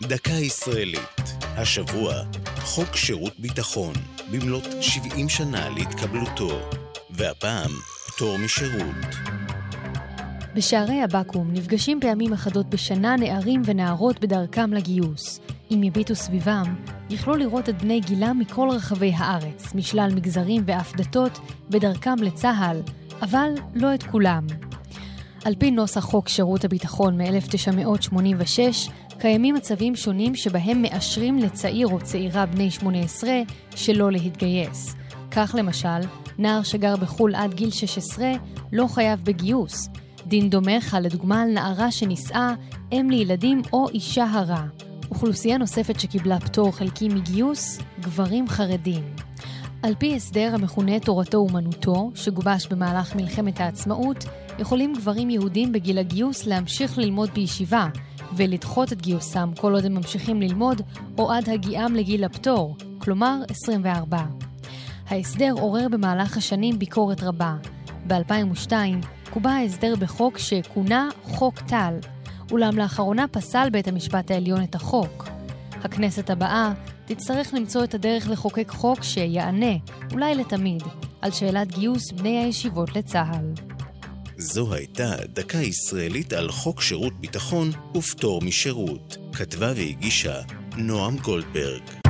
דקה ישראלית. השבוע, חוק שירות ביטחון, במלאת 70 שנה להתקבלותו, והפעם, פטור משירות. בשערי הבקו"ם נפגשים פעמים אחדות בשנה נערים ונערות בדרכם לגיוס. אם יביטו סביבם, יכלו לראות את בני גילם מכל רחבי הארץ, משלל מגזרים ואף דתות, בדרכם לצה"ל, אבל לא את כולם. על פי נוסח חוק שירות הביטחון מ-1986, קיימים מצבים שונים שבהם מאשרים לצעיר או צעירה בני 18 שלא להתגייס. כך למשל, נער שגר בחול עד גיל 16 לא חייב בגיוס. דין דומה חל לדוגמה על נערה שנישאה, אם לילדים או אישה הרה. אוכלוסייה נוספת שקיבלה פטור חלקי מגיוס, גברים חרדים. על פי הסדר המכונה תורתו אומנותו, שגובש במהלך מלחמת העצמאות, יכולים גברים יהודים בגיל הגיוס להמשיך ללמוד בישיבה, ולדחות את גיוסם כל עוד הם ממשיכים ללמוד, או עד הגיעם לגיל הפטור, כלומר 24. ההסדר עורר במהלך השנים ביקורת רבה. ב-2002 קובע ההסדר בחוק שכונה חוק טל, אולם לאחרונה פסל בית המשפט העליון את החוק. הכנסת הבאה תצטרך למצוא את הדרך לחוקק חוק שיענה, אולי לתמיד, על שאלת גיוס בני הישיבות לצה"ל. זו הייתה דקה ישראלית על חוק שירות ביטחון ופטור משירות. כתבה והגישה נועם גולדברג.